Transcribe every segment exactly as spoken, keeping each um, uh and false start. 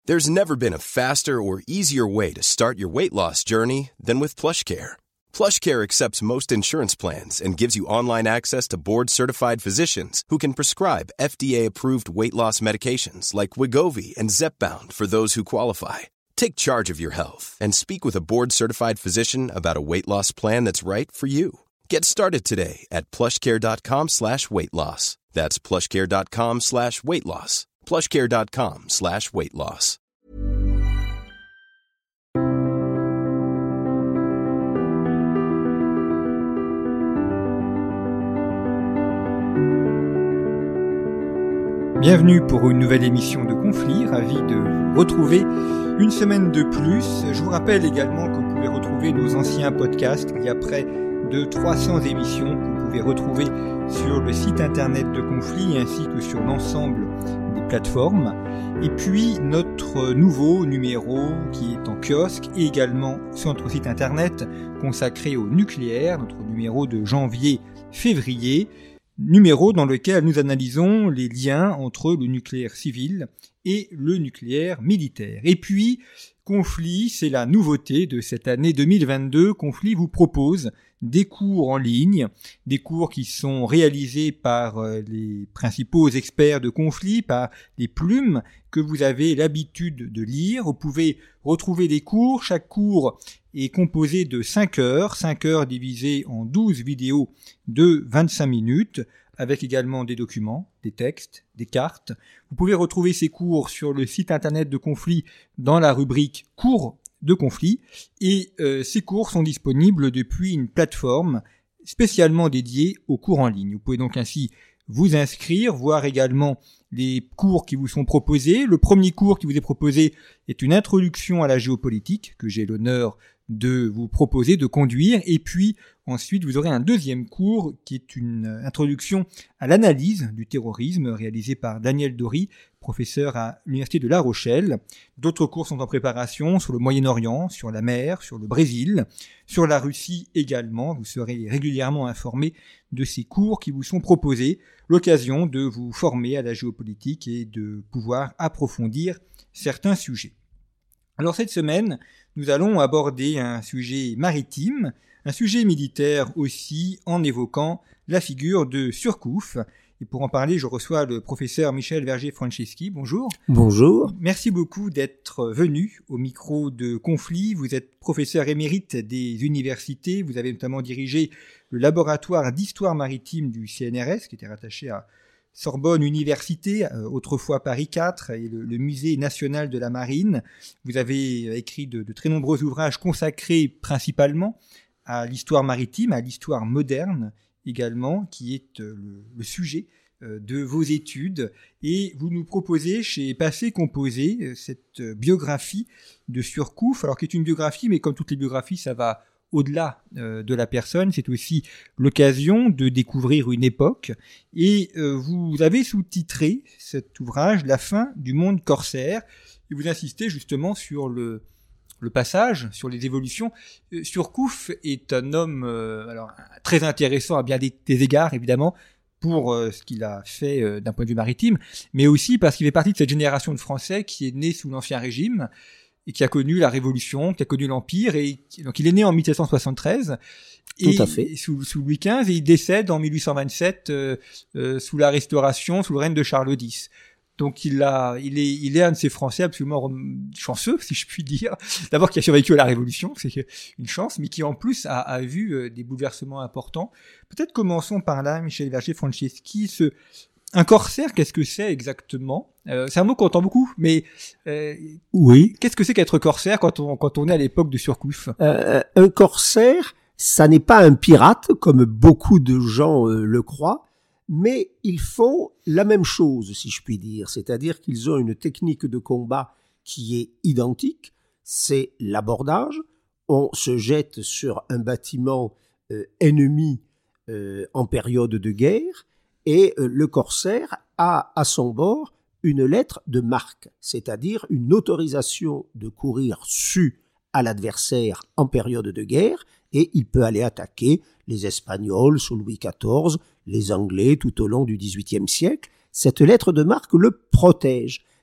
There's never been a faster or easier way to start your weight loss journey than with PlushCare. PlushCare accepts most insurance plans and gives you online access to board-certified physicians who can prescribe F D A-approved weight loss medications like Wegovy and Zepbound for those who qualify. Take charge of your health and speak with a board-certified physician about a weight loss plan that's right for you. Get started today at plushcare.com slash weight loss. That's plushcare.com slash weight loss. plushcare.com slash weight loss. Bienvenue pour une nouvelle émission de Conflit, ravi de vous retrouver une semaine de plus. Je vous rappelle également que vous pouvez retrouver nos anciens podcasts. Il y a près de trois cents émissions que vous pouvez retrouver sur le site internet de Conflit ainsi que sur l'ensemble des plateformes. Et puis notre nouveau numéro qui est en kiosque et également sur notre site internet consacré au nucléaire, notre numéro de janvier-février. Numéro dans lequel nous analysons les liens entre le nucléaire civil et le nucléaire militaire. Et puis, Conflit, c'est la nouveauté de cette année deux mille vingt-deux. Conflit vous propose des cours en ligne, des cours qui sont réalisés par les principaux experts de Conflit, par les plumes que vous avez l'habitude de lire. Vous pouvez retrouver des cours. Chaque cours est composé de cinq heures, cinq heures divisées en douze vidéos de vingt-cinq minutes, avec également des documents, des textes, des cartes. Vous pouvez retrouver ces cours sur le site internet de Conflit dans la rubrique cours de Conflit, et euh, ces cours sont disponibles depuis une plateforme spécialement dédiée aux cours en ligne. Vous pouvez donc ainsi vous inscrire, voir également les cours qui vous sont proposés. Le premier cours qui vous est proposé est une introduction à la géopolitique, que j'ai l'honneur de vous proposer de conduire, et puis ensuite vous aurez un deuxième cours qui est une introduction à l'analyse du terrorisme réalisé par Daniel Dory, professeur à l'Université de La Rochelle. D'autres cours sont en préparation sur le Moyen-Orient, sur la mer, sur le Brésil, sur la Russie également. Vous serez régulièrement informés de ces cours qui vous sont proposés, l'occasion de vous former à la géopolitique et de pouvoir approfondir certains sujets. Alors cette semaine, nous allons aborder un sujet maritime, un sujet militaire aussi, en évoquant la figure de Surcouf. Et pour en parler, je reçois le professeur Michel Verger-Franceschi. Bonjour. Bonjour. Merci beaucoup d'être venu au micro de Conflit. Vous êtes professeur émérite des universités. Vous avez notamment dirigé le laboratoire d'histoire maritime du C N R S, qui était rattaché à Sorbonne Université, euh, autrefois Paris quatre, et le, le Musée national de la marine. Vous avez écrit de, de très nombreux ouvrages consacrés principalement à l'histoire maritime, à l'histoire moderne également, qui est euh, le, le sujet euh, de vos études. Et vous nous proposez chez Passé Composé euh, cette euh, biographie de Surcouf, alors qui est une biographie, mais comme toutes les biographies, ça va au-delà euh, de la personne. C'est aussi l'occasion de découvrir une époque. Et euh, vous avez sous-titré cet ouvrage « La fin du monde corsaire ». Et vous insistez justement sur le, le passage, sur les évolutions. Euh, Surcouf est un homme euh, alors, très intéressant à bien des, des égards, évidemment, pour euh, ce qu'il a fait euh, d'un point de vue maritime, mais aussi parce qu'il fait partie de cette génération de Français qui est née sous l'Ancien Régime, et qui a connu la Révolution, qui a connu l'Empire, et donc il est né en dix-sept cent soixante-treize, et Tout à fait. Sous, sous Louis quinze, et il décède en mille huit cent vingt-sept euh, euh, sous la Restauration, sous le règne de Charles X. Donc il a, il est, il est un de ces Français absolument chanceux, si je puis dire. D'abord qui a survécu à la Révolution, c'est une chance, mais qui en plus a, a vu euh, des bouleversements importants. Peut-être commençons par là, Michel Verger-Franceschi. Ce Un corsaire, qu'est-ce que c'est exactement ? euh, C'est un mot qu'on entend beaucoup, mais euh, oui. Qu'est-ce que c'est qu'être corsaire quand on quand on est à l'époque de Surcouf ? euh, Un corsaire, ça n'est pas un pirate comme beaucoup de gens euh, le croient, mais ils font la même chose, si je puis dire. C'est-à-dire qu'ils ont une technique de combat qui est identique. C'est l'abordage. On se jette sur un bâtiment euh, ennemi euh, en période de guerre. Et le corsaire a à son bord une lettre de marque, c'est-à-dire une autorisation de courir su à l'adversaire en période de guerre, et il peut aller attaquer les Espagnols sous Louis quatorze, les Anglais tout au long du dix-huitième siècle. Cette lettre de marque le protège.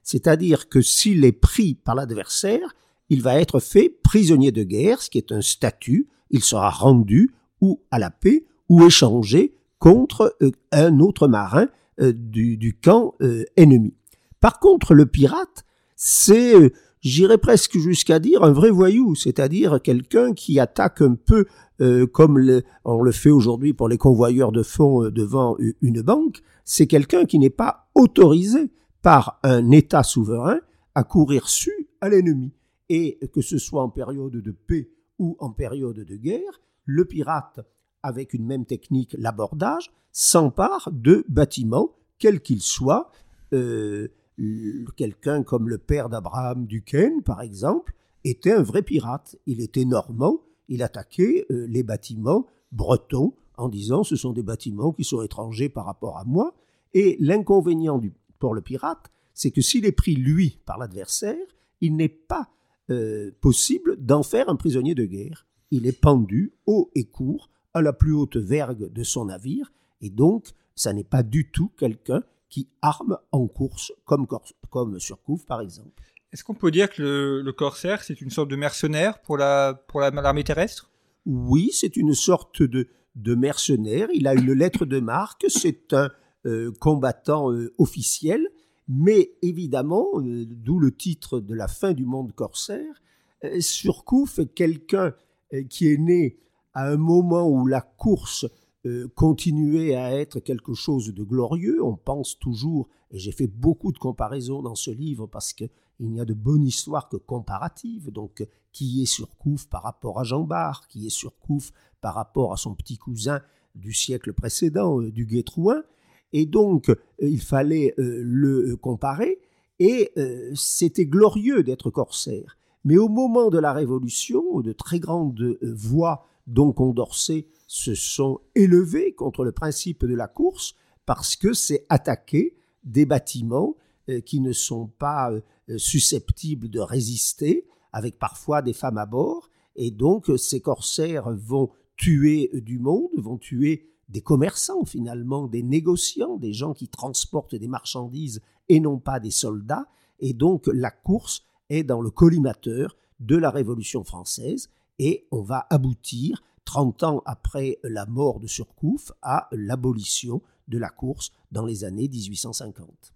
C'est-à-dire que s'il est pris par l'adversaire, il va être fait prisonnier de guerre, ce qui est un statut. Il sera rendu ou à la paix ou échangé contre euh, un autre marin euh, du, du camp euh, ennemi. Par contre, le pirate, c'est, euh, j'irais presque jusqu'à dire, un vrai voyou, c'est-à-dire quelqu'un qui attaque un peu euh, comme le, on le fait aujourd'hui pour les convoyeurs de fonds euh, devant une banque. C'est quelqu'un qui n'est pas autorisé par un État souverain à courir su à l'ennemi. Et que ce soit en période de paix ou en période de guerre, le pirate, avec une même technique, l'abordage, s'empare de bâtiments, quels qu'ils soient. Euh, quelqu'un comme le père d'Abraham Duquesne, par exemple, était un vrai pirate. Il était normand, il attaquait euh, les bâtiments bretons en disant « ce sont des bâtiments qui sont étrangers par rapport à moi ». Et l'inconvénient du, pour le pirate, c'est que s'il est pris, lui, par l'adversaire, il n'est pas euh, possible d'en faire un prisonnier de guerre. Il est pendu haut et court à la plus haute vergue de son navire, et donc ça n'est pas du tout quelqu'un qui arme en course, comme, comme Surcouf par exemple. Est-ce qu'on peut dire que le, le corsaire, c'est une sorte de mercenaire pour, la, pour la, l'armée terrestre ? Oui, c'est une sorte de, de mercenaire. Il a une lettre de marque, c'est un euh, combattant euh, officiel, mais évidemment, euh, d'où le titre de la fin du monde corsaire, euh, Surcouf est quelqu'un euh, qui est né à un moment où la course euh, continuait à être quelque chose de glorieux. On pense toujours, et j'ai fait beaucoup de comparaisons dans ce livre parce qu'il n'y a de bonne histoire que comparative, donc qui est Surcouf par rapport à Jean Bart, qui est Surcouf par rapport à son petit cousin du siècle précédent, euh, du Gué-Trouin, et donc euh, il fallait euh, le comparer, et euh, c'était glorieux d'être corsaire. Mais au moment de la Révolution, de très grandes euh, voix dont Condorcet se sont élevés contre le principe de la course parce que c'est attaquer des bâtiments euh, qui ne sont pas euh, susceptibles de résister, avec parfois des femmes à bord, et donc ces corsaires vont tuer du monde, vont tuer des commerçants finalement, des négociants, des gens qui transportent des marchandises et non pas des soldats, et donc la course est dans le collimateur de la Révolution française, et on va aboutir, trente ans après la mort de Surcouf, à l'abolition de la course dans les années dix-huit cent cinquante.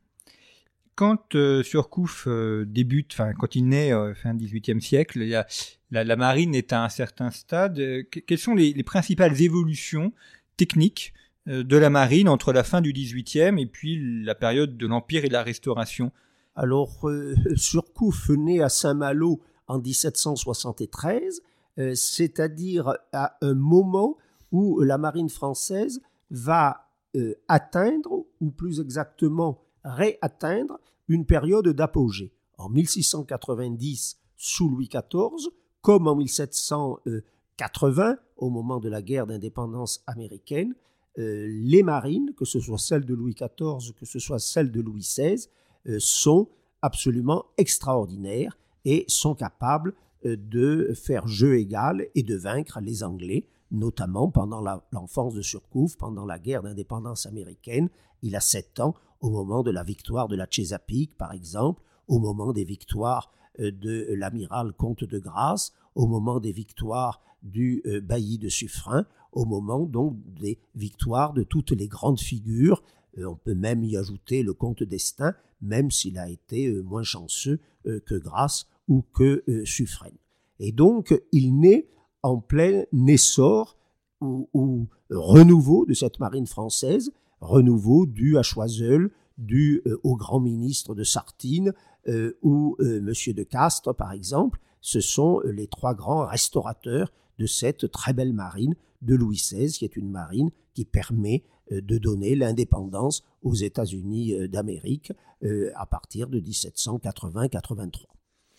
Quand euh, Surcouf euh, débute, enfin quand il naît euh, fin dix-huitième siècle, il y a, la, la marine est à un certain stade. Euh, quelles sont les, les principales évolutions techniques euh, de la marine entre la fin du dix-huitième et puis la période de l'Empire et de la Restauration ? Alors, euh, Surcouf naît à Saint-Malo en dix-sept cent soixante-treize, euh, c'est-à-dire à un moment où la marine française va euh, atteindre, ou plus exactement réatteindre, une période d'apogée. En mille six cent quatre-vingt-dix, sous Louis quatorze, comme en mille sept cent quatre-vingts, au moment de la guerre d'indépendance américaine, euh, les marines, que ce soit celles de Louis quatorze, que ce soit celles de Louis seize, euh, sont absolument extraordinaires et sont capables euh, de faire jeu égal et de vaincre les Anglais, notamment pendant la, l'enfance de Surcouf, pendant la guerre d'indépendance américaine. Il a sept ans au moment de la victoire de la Chesapeake, par exemple, au moment des victoires de l'amiral Comte de Grasse, au moment des victoires du euh, bailli de Suffren, au moment donc des victoires de toutes les grandes figures. Euh, on peut même y ajouter le comte d'Estaing, même s'il a été euh, moins chanceux euh, que Grasse ou que euh, Suffren. Et donc, il naît en plein essor ou, ou renouveau de cette marine française, renouveau dû à Choiseul, dû euh, au grand ministre de Sartine euh, ou euh, M. de Castres, par exemple. Ce sont euh, les trois grands restaurateurs de cette très belle marine de Louis seize, qui est une marine qui permet euh, de donner l'indépendance aux États-Unis euh, d'Amérique euh, à partir de dix-sept cent quatre-vingts quatre-vingt-trois.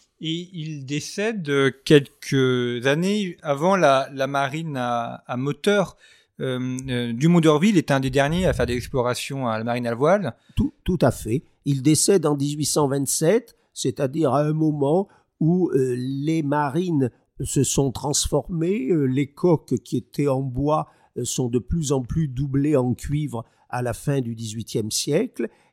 Et il décède quelques années avant la, la marine à, à moteur. Euh, euh, Dumont d'Urville est un des derniers à faire des explorations à la marine à voile. Tout, tout à fait. Il décède en dix-huit cent vingt-sept, c'est-à-dire à un moment où euh, les marines se sont transformées, euh, les coques qui étaient en bois euh, sont de plus en plus doublées en cuivre à la fin du dix-huitième siècle,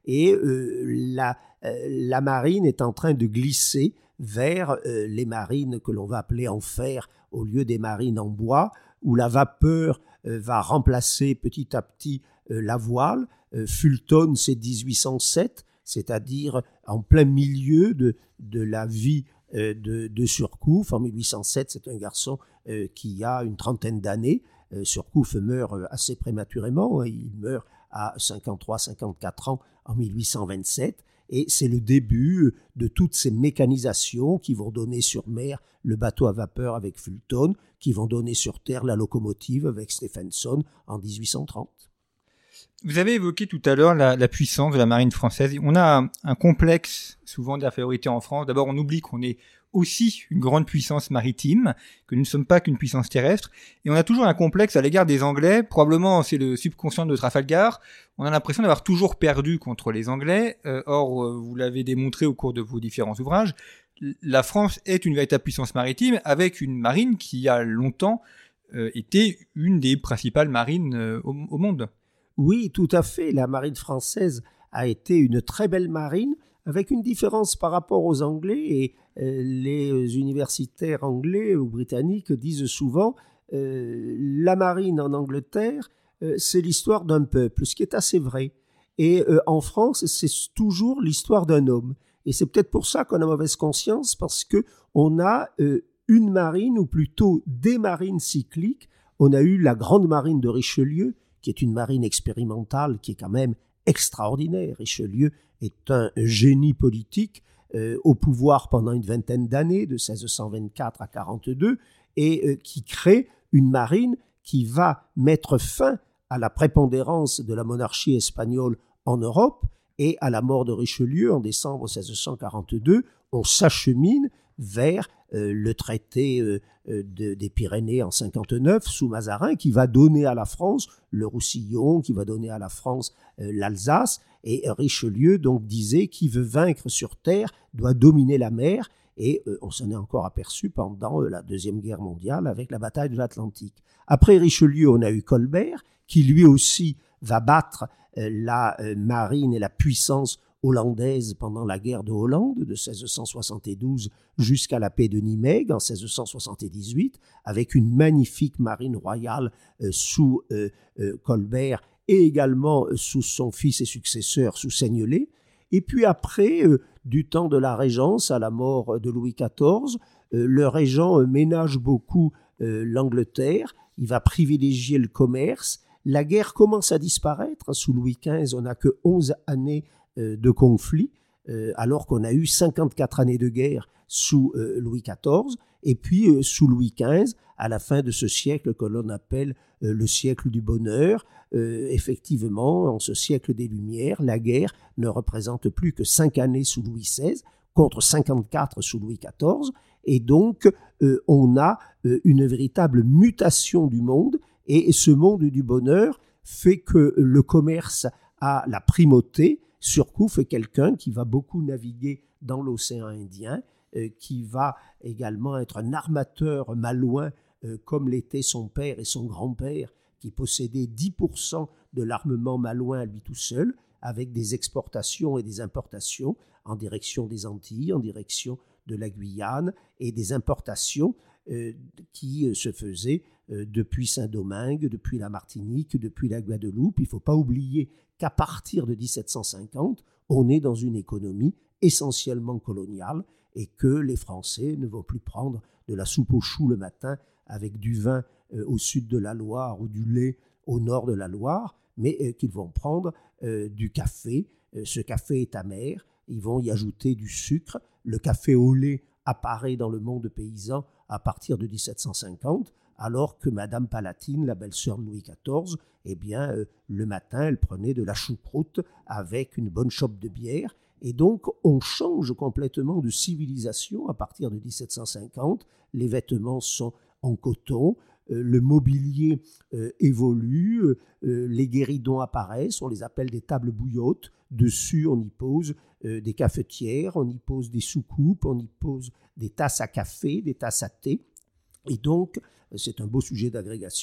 et euh, la, euh, la marine est en train de glisser vers euh, les marines que l'on va appeler en fer au lieu des marines en bois, où la vapeur euh, va remplacer petit à petit euh, la voile. Euh, Fulton, c'est dix-huit cent sept, c'est-à-dire en plein milieu de, de la vie euh, de, de Surcouf. En mille huit cent sept, c'est un garçon euh, qui a une trentaine d'années. Euh, Surcouf meurt assez prématurément, hein, il meurt à cinquante-trois cinquante-quatre ans en mille huit cent vingt-sept, et c'est le début de toutes ces mécanisations qui vont donner sur mer le bateau à vapeur avec Fulton, qui vont donner sur terre la locomotive avec Stephenson en dix-huit cent trente. Vous avez évoqué tout à l'heure la, la puissance de la marine française. On a un, un complexe souvent d'infériorité en France. D'abord, on oublie qu'on est aussi une grande puissance maritime, que nous ne sommes pas qu'une puissance terrestre. Et on a toujours un complexe à l'égard des Anglais. Probablement, c'est le subconscient de Trafalgar. On a l'impression d'avoir toujours perdu contre les Anglais. Euh, or, euh, vous l'avez démontré au cours de vos différents ouvrages, la France est une véritable puissance maritime avec une marine qui a longtemps euh, été une des principales marines euh, au, au monde. Oui, tout à fait. La marine française a été une très belle marine, avec une différence par rapport aux Anglais. Et euh, les universitaires anglais ou britanniques disent souvent euh, la marine en Angleterre, euh, c'est l'histoire d'un peuple, ce qui est assez vrai. Et euh, en France, c'est toujours l'histoire d'un homme. Et c'est peut-être pour ça qu'on a mauvaise conscience, parce qu'on a euh, une marine, ou plutôt des marines cycliques. On a eu la grande marine de Richelieu, qui est une marine expérimentale, qui est quand même extraordinaire. Richelieu est un génie politique, euh, au pouvoir pendant une vingtaine d'années, de seize cent vingt-quatre à quarante-deux, et euh, qui crée une marine qui va mettre fin à la prépondérance de la monarchie espagnole en Europe. Et à la mort de Richelieu, en décembre seize cent quarante-deux, on s'achemine vers euh, le traité euh, de, des Pyrénées en cinquante-neuf, sous Mazarin, qui va donner à la France le Roussillon, qui va donner à la France euh, l'Alsace. Et Richelieu donc disait: qui veut vaincre sur terre doit dominer la mer. Et euh, on s'en est encore aperçu pendant euh, la Deuxième Guerre mondiale avec la bataille de l'Atlantique. Après Richelieu, on a eu Colbert, qui lui aussi va battre euh, la euh, marine et la puissance hollandaise pendant la guerre de Hollande de seize cent soixante-douze jusqu'à la paix de Nimègue en seize cent soixante-dix-huit, avec une magnifique marine royale euh, sous euh, euh, Colbert et également euh, sous son fils et successeur, sous Seignelay. Et puis après, euh, du temps de la Régence à la mort de Louis quatorze, euh, le régent euh, ménage beaucoup euh, l'Angleterre, il va privilégier le commerce. La guerre commence à disparaître. Sous Louis quinze, on n'a que onze années euh, de conflit, euh, alors qu'on a eu cinquante-quatre années de guerre sous euh, Louis quatorze. Et puis, euh, sous Louis quinze, à la fin de ce siècle que l'on appelle euh, le siècle du bonheur, euh, effectivement, en ce siècle des Lumières, la guerre ne représente plus que cinq années sous Louis seize, contre cinquante-quatre sous Louis quatorze. Et donc, euh, on a euh, une véritable mutation du monde. Et ce monde du bonheur fait que le commerce a la primauté. Surcouf est quelqu'un qui va beaucoup naviguer dans l'océan Indien, euh, qui va également être un armateur malouin, euh, comme l'était son père et son grand-père, qui possédaient dix pour cent de l'armement malouin à lui tout seul, avec des exportations et des importations en direction des Antilles, en direction de la Guyane, et des importations euh, qui euh, se faisaient euh, depuis Saint-Domingue, depuis la Martinique, depuis la Guadeloupe. Il ne faut pas oublier qu'à partir de dix-sept cent cinquante, on est dans une économie essentiellement coloniale et que les Français ne vont plus prendre de la soupe aux choux le matin avec du vin euh, au sud de la Loire ou du lait au nord de la Loire, mais euh, qu'ils vont prendre euh, du café. Euh, ce café est amer, ils vont y ajouter du sucre. Le café au lait apparaît dans le monde paysan à partir de dix-sept cent cinquante, alors que Madame Palatine, la belle-sœur de Louis quatorze, eh bien, euh, le matin, elle prenait de la choucroute avec une bonne chope de bière. Et donc, on change complètement de civilisation à partir de dix-sept cent cinquante. Les vêtements sont en coton, euh, le mobilier euh, évolue, euh, les guéridons apparaissent, on les appelle des tables bouillottes. Dessus, on y pose euh, des cafetières, on y pose des soucoupes, on y pose des tasses à café, des tasses à thé. Et donc, c'est un beau sujet d'agrégation.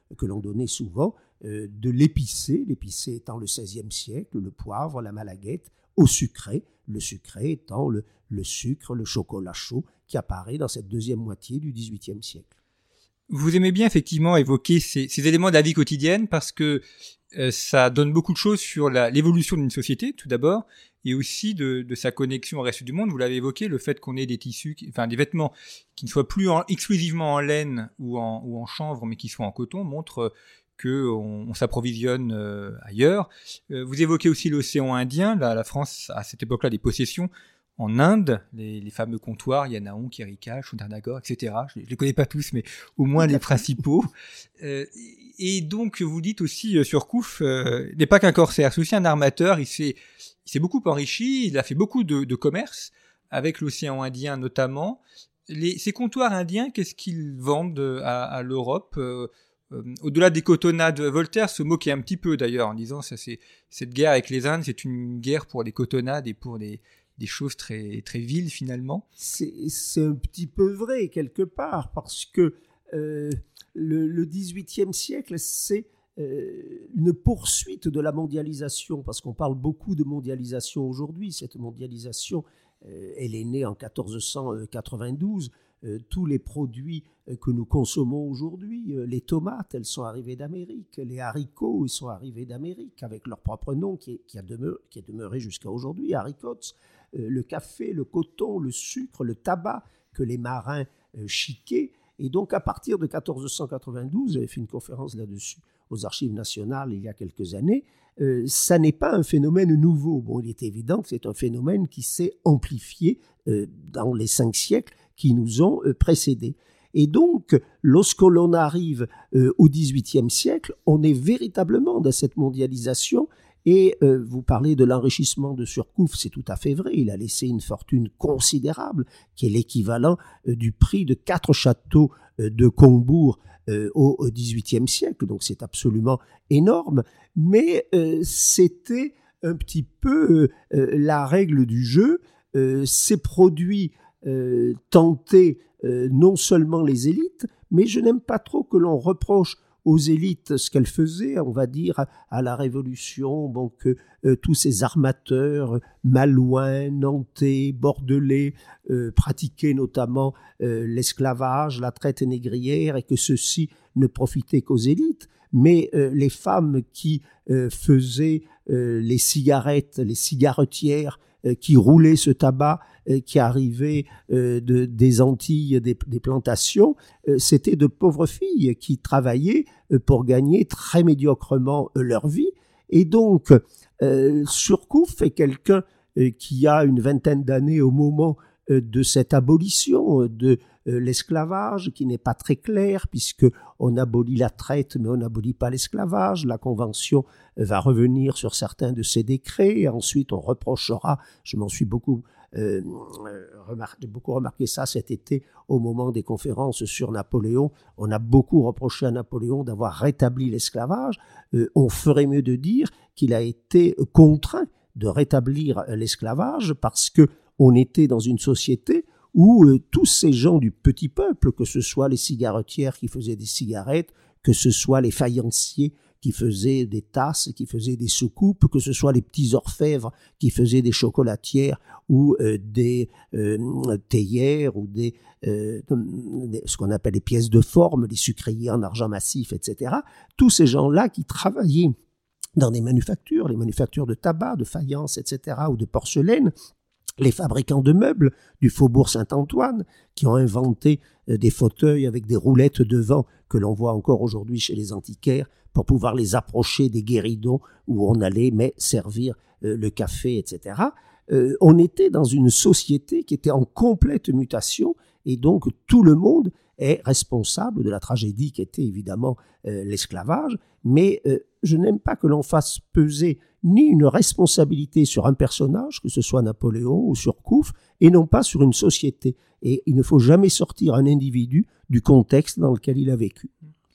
que l'on donnait souvent, euh, de l'épicé, l'épicé étant le seizième siècle, le poivre, la malaguette, au sucré, le sucré étant le, le sucre, le chocolat chaud, qui apparaît dans cette deuxième moitié du dix-huitième siècle. Vous aimez bien effectivement évoquer ces, ces éléments de la vie quotidienne parce que euh, ça donne beaucoup de choses sur la, l'évolution d'une société, tout d'abord, et aussi de, de sa connexion au reste du monde. Vous l'avez évoqué, le fait qu'on ait des tissus, enfin des vêtements qui ne soient plus en, exclusivement en laine ou en, ou en chanvre, mais qui soient en coton, montre qu'on on s'approvisionne euh, ailleurs. Euh, vous évoquez aussi l'océan Indien. La, la France, à cette époque-là, des possessions en Inde, les, les fameux comptoirs, Yanaon, Kirika, Shundarnagore, et cetera. Je ne les connais pas tous, mais au moins les principaux. Euh, et donc, vous dites aussi, euh, Surcouf euh, n'est pas qu'un corsaire, c'est aussi un armateur. Il s'est, il s'est beaucoup enrichi, il a fait beaucoup de, de commerce, avec l'océan Indien notamment. Les, ces comptoirs indiens, qu'est-ce qu'ils vendent à, à l'Europe euh, euh, au-delà des cotonnades, Voltaire se moquait un petit peu d'ailleurs, en disant ça, c'est, cette guerre avec les Indes, c'est une guerre pour les cotonnades et pour les... des choses très, très viles finalement. C'est, c'est un petit peu vrai quelque part, parce que euh, le, le dix-huitième siècle, c'est euh, une poursuite de la mondialisation, parce qu'on parle beaucoup de mondialisation aujourd'hui. Cette mondialisation, euh, elle est née en quatorze cent quatre-vingt-douze. Euh, tous les produits euh, que nous consommons aujourd'hui, euh, les tomates, elles sont arrivées d'Amérique, les haricots, ils sont arrivés d'Amérique, avec leur propre nom qui est, qui a demeuré, qui est demeuré jusqu'à aujourd'hui, haricots. Euh, le café, le coton, le sucre, le tabac que les marins euh, chiquaient. Et donc, à partir de quatorze cent quatre-vingt-douze, j'avais fait une conférence là-dessus aux Archives nationales il y a quelques années, euh, ça n'est pas un phénomène nouveau. Bon, il est évident que c'est un phénomène qui s'est amplifié euh, dans les cinq siècles qui nous ont euh, précédés. Et donc, lorsque l'on arrive euh, au dix-huitième siècle, on est véritablement dans cette mondialisation. Et euh, vous parlez de l'enrichissement de Surcouf, c'est tout à fait vrai. Il a laissé une fortune considérable, qui est l'équivalent euh, du prix de quatre châteaux euh, de Combourg euh, au dix-huitième siècle. Donc c'est absolument énorme. Mais euh, c'était un petit peu euh, la règle du jeu. Euh, ces produits euh, tentaient euh, non seulement les élites, mais je n'aime pas trop que l'on reproche aux élites ce qu'elles faisaient, on va dire, à, à la Révolution, bon, que euh, tous ces armateurs, malouins, nantais, bordelais, euh, pratiquaient notamment euh, l'esclavage, la traite négrière, et que ceci ne profitait qu'aux élites. Mais euh, les femmes qui euh, faisaient euh, les cigarettes, les cigaretières, euh, qui roulaient ce tabac, euh, qui arrivait euh, de, des Antilles, des, des plantations, euh, c'était de pauvres filles qui travaillaient euh, pour gagner très médiocrement euh, leur vie. Et donc, euh, Surcouf est quelqu'un euh, qui a une vingtaine d'années au moment euh, de cette abolition euh, de euh, l'esclavage, qui n'est pas très clair, puisqu'on abolit la traite, mais on n'abolit pas l'esclavage. La Convention euh, va revenir sur certains de ses décrets, et ensuite on reprochera, je m'en suis beaucoup, euh, remarqué, beaucoup remarqué ça cet été au moment des conférences sur Napoléon, on a beaucoup reproché à Napoléon d'avoir rétabli l'esclavage. Euh, on ferait mieux de dire qu'il a été contraint de rétablir l'esclavage parce que on était dans une société où euh, tous ces gens du petit peuple, que ce soit les cigaretières qui faisaient des cigarettes, que ce soit les faïenciers qui faisaient des tasses, qui faisaient des soucoupes, que ce soit les petits orfèvres qui faisaient des chocolatières ou euh, des euh, théières ou des, euh, des, ce qu'on appelle les pièces de forme, les sucriers en argent massif, et cetera. Tous ces gens-là qui travaillaient dans des manufactures, les manufactures de tabac, de faïence, et cetera, ou de porcelaine, les fabricants de meubles du faubourg Saint-Antoine qui ont inventé des fauteuils avec des roulettes devant que l'on voit encore aujourd'hui chez les antiquaires pour pouvoir les approcher des guéridons où on allait mais servir le café, et cetera. Euh, on était dans une société qui était en complète mutation et donc tout le monde est responsable de la tragédie qui était évidemment euh, l'esclavage, mais euh, je n'aime pas que l'on fasse peser ni une responsabilité sur un personnage, que ce soit Napoléon ou Surcouf, et non pas sur une société. Et il ne faut jamais sortir un individu du contexte dans lequel il a vécu.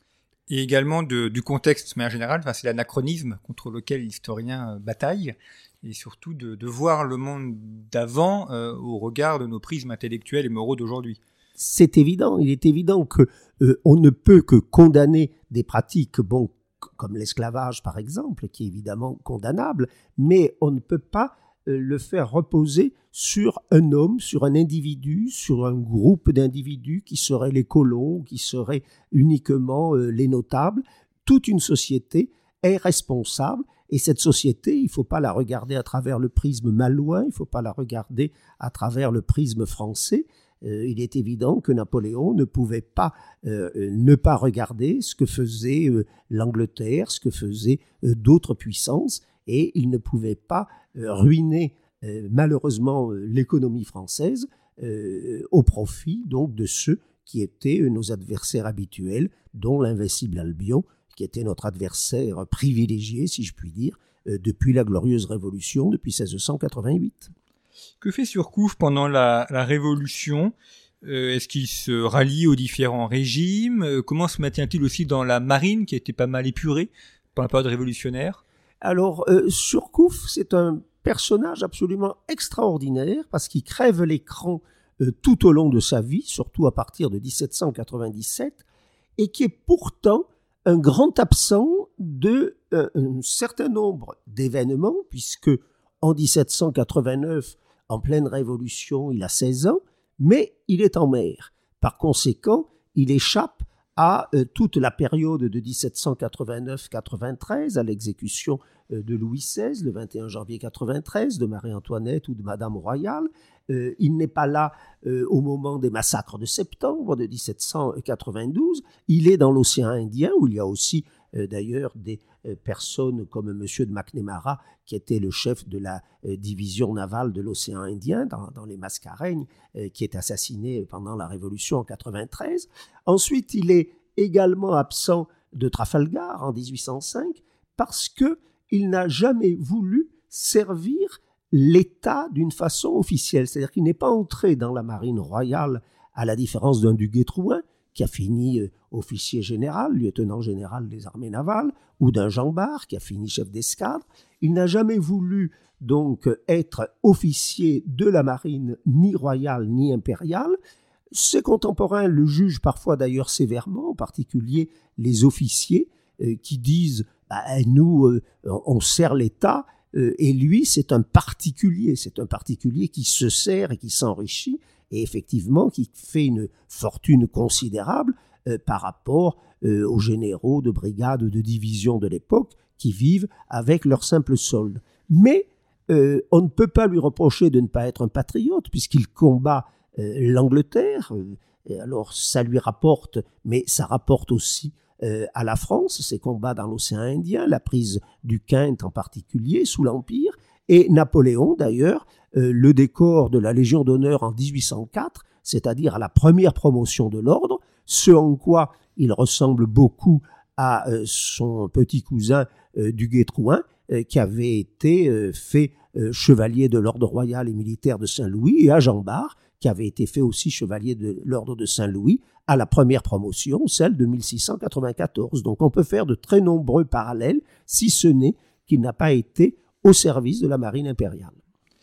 Et également de, du contexte, mais en général, enfin, c'est l'anachronisme contre lequel l'historien euh, bataille, et surtout de, de voir le monde d'avant euh, au regard de nos prismes intellectuels et moraux d'aujourd'hui. c'est évident. Il est évident que euh, on ne peut que condamner des pratiques, bon, comme l'esclavage par exemple, qui est évidemment condamnable, mais on ne peut pas euh, le faire reposer sur un homme, sur un individu, sur un groupe d'individus qui seraient les colons, qui seraient uniquement euh, les notables. Toute une société est responsable, et cette société, il ne faut pas la regarder à travers le prisme malouin, il ne faut pas la regarder à travers le prisme français. Euh, il est évident que Napoléon ne pouvait pas euh, ne pas regarder ce que faisait euh, l'Angleterre, ce que faisaient euh, d'autres puissances, et il ne pouvait pas euh, ruiner euh, malheureusement euh, l'économie française euh, au profit donc de ceux qui étaient euh, nos adversaires habituels, dont l'invincible Albion, qui était notre adversaire privilégié, si je puis dire, euh, depuis la Glorieuse Révolution, depuis seize cent quatre-vingt-huit. Que fait Surcouf pendant la, la Révolution ? euh, Est-ce qu'il se rallie aux différents régimes ? euh, Comment se maintient-il aussi dans la marine, qui a été pas mal épurée par la période révolutionnaire ? Alors, euh, Surcouf, c'est un personnage absolument extraordinaire, parce qu'il crève l'écran euh, tout au long de sa vie, surtout à partir de dix-sept cent quatre-vingt-dix-sept, et qui est pourtant un grand absent de euh, un certain nombre d'événements, puisque en dix-sept cent quatre-vingt-neuf, en pleine Révolution, il a seize ans, mais il est en mer. Par conséquent, il échappe à euh, toute la période de dix-sept cent quatre-vingt-neuf quatre-vingt-treize, à l'exécution euh, de Louis seize, le vingt et un janvier quatre-vingt-treize, de Marie-Antoinette ou de Madame Royale. Euh, il n'est pas là euh, au moment des massacres de septembre de dix-sept cent quatre-vingt-douze. Il est dans l'océan Indien, où il y a aussi euh, d'ailleurs des euh, personnes comme M. de McNamara, qui était le chef de la euh, division navale de l'océan Indien, dans, dans les Mascareignes, euh, qui est assassiné pendant la Révolution en quatre-vingt-treize. Ensuite, il est également absent de Trafalgar en dix-huit cent cinq, parce qu'il n'a jamais voulu servir l'État d'une façon officielle. C'est-à-dire qu'il n'est pas entré dans la marine royale, à la différence d'un Duguay-Trouin, qui a fini euh, officier général, lieutenant général des armées navales, ou d'un Jean Bart, qui a fini chef d'escadre. Il n'a jamais voulu donc être officier de la marine, ni royale, ni impériale. Ses contemporains le jugent parfois d'ailleurs sévèrement, en particulier les officiers, euh, qui disent bah, « nous, euh, on sert l'État », et lui, c'est un particulier, c'est un particulier qui se sert et qui s'enrichit, et effectivement qui fait une fortune considérable euh, par rapport euh, aux généraux de brigade ou de division de l'époque qui vivent avec leur simple solde. Mais euh, on ne peut pas lui reprocher de ne pas être un patriote, puisqu'il combat euh, l'Angleterre, euh, alors ça lui rapporte, mais ça rapporte aussi Euh, à la France, ses combats dans l'océan Indien, la prise du Kent en particulier, sous l'Empire, et Napoléon d'ailleurs, euh, le décor de la Légion d'honneur en dix-huit cent quatre, c'est-à-dire à la première promotion de l'ordre, ce en quoi il ressemble beaucoup à euh, son petit cousin euh, Duguay-Trouin, euh, qui avait été euh, fait euh, chevalier de l'ordre royal et militaire de Saint-Louis, et à Jean Bart, qui avait été fait aussi chevalier de l'ordre de Saint-Louis, à la première promotion, celle de mille six cent quatre-vingt-quatorze. Donc on peut faire de très nombreux parallèles, si ce n'est qu'il n'a pas été au service de la marine impériale.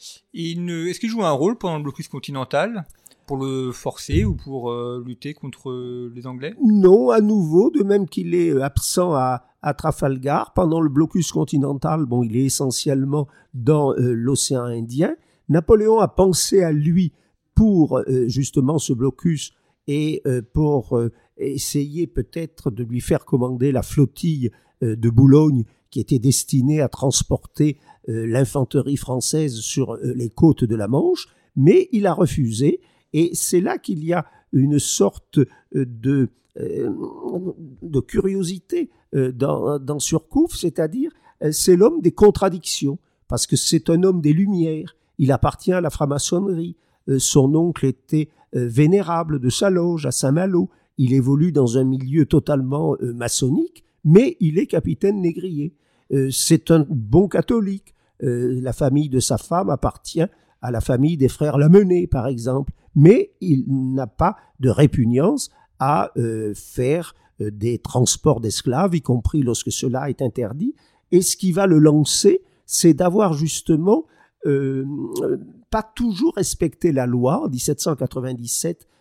Il ne... Est-ce qu'il joue un rôle pendant le blocus continental, pour le forcer ou pour euh, lutter contre les Anglais ? Non, à nouveau, de même qu'il est absent à, à Trafalgar, pendant le blocus continental, bon, il est essentiellement dans euh, l'océan Indien. Napoléon a pensé à lui pour euh, justement ce blocus et euh, pour euh, essayer peut-être de lui faire commander la flottille euh, de Boulogne qui était destinée à transporter euh, l'infanterie française sur euh, les côtes de la Manche, mais il a refusé, et c'est là qu'il y a une sorte de, euh, de curiosité euh, dans, dans Surcouf, c'est-à-dire euh, c'est l'homme des contradictions, parce que c'est un homme des Lumières, il appartient à la franc-maçonnerie, euh, son oncle était Euh, vénérable de sa loge à Saint-Malo. Il évolue dans un milieu totalement euh, maçonnique, mais il est capitaine négrier. Euh, c'est un bon catholique. Euh, la famille de sa femme appartient à la famille des frères Lamennais, par exemple, mais il n'a pas de répugnance à euh, faire euh, des transports d'esclaves, y compris lorsque cela est interdit. Et ce qui va le lancer, c'est d'avoir justement Euh, pas toujours respecté la loi. En dix-sept cent quatre-vingt-dix-sept,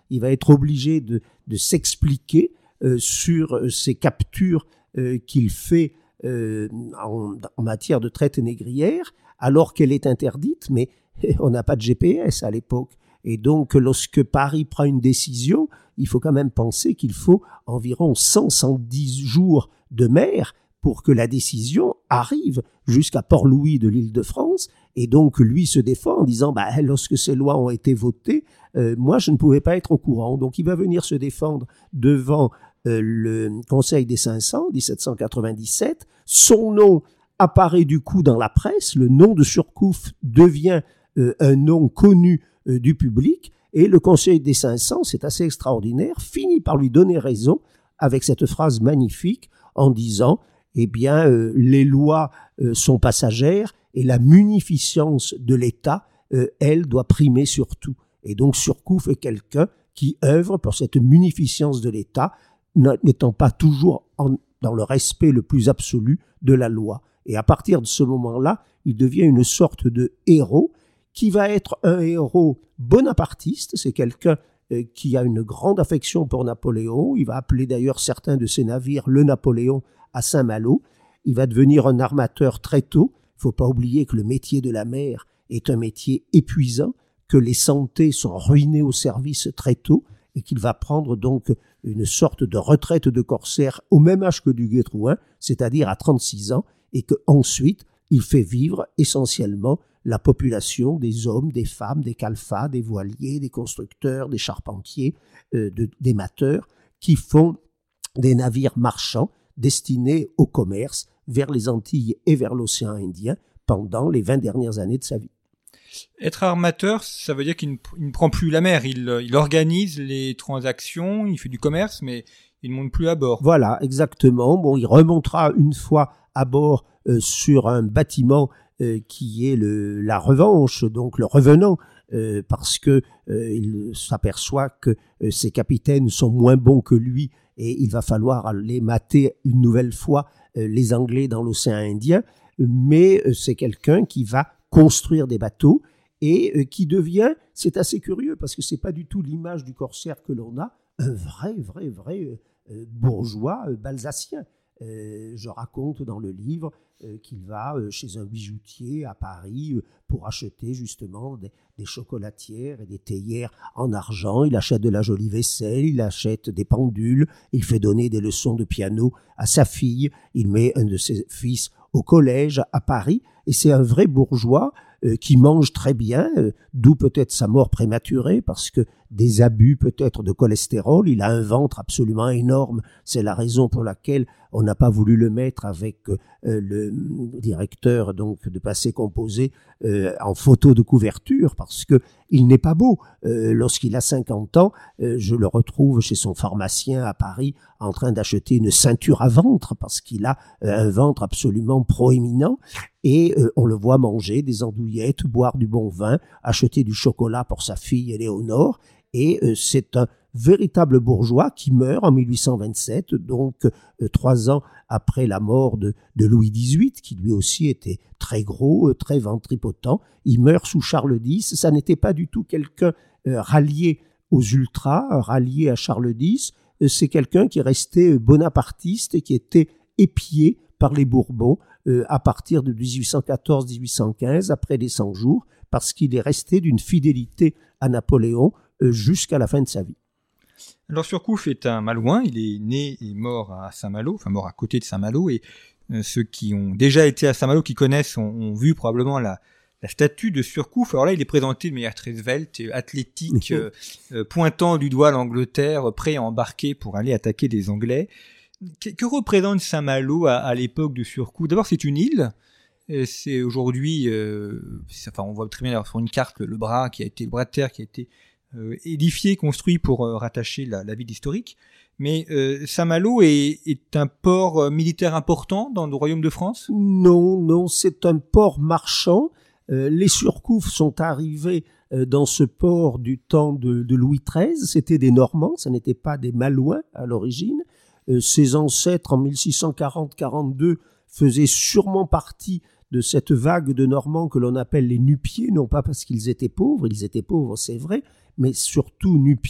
il va être obligé de, de s'expliquer euh, sur ces captures euh, qu'il fait euh, en, en matière de traite négrière, alors qu'elle est interdite, mais on n'a pas de G P S à l'époque. Et donc, lorsque Paris prend une décision, il faut quand même penser qu'il faut environ cent à cent dix jours de mer pour que la décision arrive jusqu'à Port-Louis de l'Île-de-France. Et donc, lui se défend en disant bah, « lorsque ces lois ont été votées, euh, moi, je ne pouvais pas être au courant. » Donc, il va venir se défendre devant euh, le Conseil des cinq cents, dix-sept cent quatre-vingt-dix-sept. Son nom apparaît du coup dans la presse. Le nom de Surcouf devient euh, un nom connu euh, du public. Et le Conseil des cinq cents, c'est assez extraordinaire, finit par lui donner raison avec cette phrase magnifique en disant eh bien, euh, les lois euh, sont passagères et la munificence de l'État, euh, elle, doit primer sur tout. Et donc, Surcouf est quelqu'un qui œuvre pour cette munificence de l'État, n'étant pas toujours en, dans le respect le plus absolu de la loi. Et à partir de ce moment-là, il devient une sorte de héros qui va être un héros bonapartiste. C'est quelqu'un euh, qui a une grande affection pour Napoléon. Il va appeler d'ailleurs certains de ses navires le Napoléon à Saint-Malo. Il va devenir un armateur très tôt. Il ne faut pas oublier que le métier de la mer est un métier épuisant, que les santés sont ruinées au service très tôt et qu'il va prendre donc une sorte de retraite de corsaire au même âge que du Gué-Trouin, c'est-à-dire à trente-six ans, et qu'ensuite il fait vivre essentiellement la population des hommes, des femmes, des calfats, des voiliers, des constructeurs, des charpentiers, euh, de, des mateurs, qui font des navires marchands destinés au commerce vers les Antilles et vers l'océan Indien pendant les vingt dernières années de sa vie. Être armateur, ça veut dire qu'il ne, il ne prend plus la mer, il, il organise les transactions, il fait du commerce, mais il ne monte plus à bord. Voilà, exactement. Bon, il remontera une fois à bord euh, sur un bâtiment euh, qui est le, la Revanche, donc le Revenant, euh, parce que euh, il s'aperçoit que euh, ses capitaines sont moins bons que lui et il va falloir aller mater une nouvelle fois euh, les Anglais dans l'océan Indien. Mais euh, c'est quelqu'un qui va construire des bateaux et euh, qui devient, c'est assez curieux parce que c'est pas du tout l'image du corsaire que l'on a, un vrai, vrai, vrai euh, bourgeois euh, balsacien. Euh, je raconte dans le livre euh, qu'il va euh, chez un bijoutier à Paris euh, pour acheter justement des, des chocolatières et des théières en argent. Il achète de la jolie vaisselle, il achète des pendules, il fait donner des leçons de piano à sa fille, il met un de ses fils au collège à Paris, et c'est un vrai bourgeois euh, qui mange très bien, euh, d'où peut-être sa mort prématurée, parce que des abus peut-être de cholestérol, il a un ventre absolument énorme, c'est la raison pour laquelle on n'a pas voulu le mettre avec euh, le directeur donc de Passé Composé euh, en photo de couverture, parce que il n'est pas beau. Euh, lorsqu'il a cinquante ans, euh, je le retrouve chez son pharmacien à Paris en train d'acheter une ceinture à ventre, parce qu'il a euh, un ventre absolument proéminent, et euh, on le voit manger des andouillettes, boire du bon vin, acheter du chocolat pour sa fille Éléonore, et euh, c'est un véritable bourgeois qui meurt en mille huit cent vingt-sept, donc euh, trois ans après la mort de, de Louis dix-huit, qui lui aussi était très gros, euh, très ventripotent. Il meurt sous Charles dix. Ça n'était pas du tout quelqu'un euh, rallié aux ultras, rallié à Charles dix. Euh, c'est quelqu'un qui restait bonapartiste et qui était épié par les Bourbons euh, à partir de dix-huit cent quatorze à dix-huit cent quinze, après les Cent-Jours, parce qu'il est resté d'une fidélité à Napoléon euh, jusqu'à la fin de sa vie. Alors Surcouf est un Malouin, il est né et mort à Saint-Malo, enfin mort à côté de Saint-Malo, et euh, ceux qui ont déjà été à Saint-Malo, qui connaissent, ont, ont vu probablement la, la statue de Surcouf. Alors là, il est présenté de manière très svelte, athlétique, euh, euh, pointant du doigt l'Angleterre, prêt à embarquer pour aller attaquer des Anglais. Que, que représente Saint-Malo à, à l'époque de Surcouf ? D'abord, c'est une île. C'est aujourd'hui, euh, c'est, enfin, on voit très bien sur une carte le bras qui a été, le bras de terre qui a été Euh, édifié, construit pour euh, rattacher la, la ville historique. Mais euh, Saint-Malo est, est un port euh, militaire important dans le royaume de France ? Non, non, c'est un port marchand. Euh, les Surcouf sont arrivés euh, dans ce port du temps de, de Louis treize. C'était des Normands, ce n'étaient pas des Malouins à l'origine. Euh, ses ancêtres, en mille six cent quarante quarante-deux, faisaient sûrement partie de cette vague de Normands que l'on appelle les nu-pieds, non pas parce qu'ils étaient pauvres, ils étaient pauvres, c'est vrai, mais surtout nu-pieds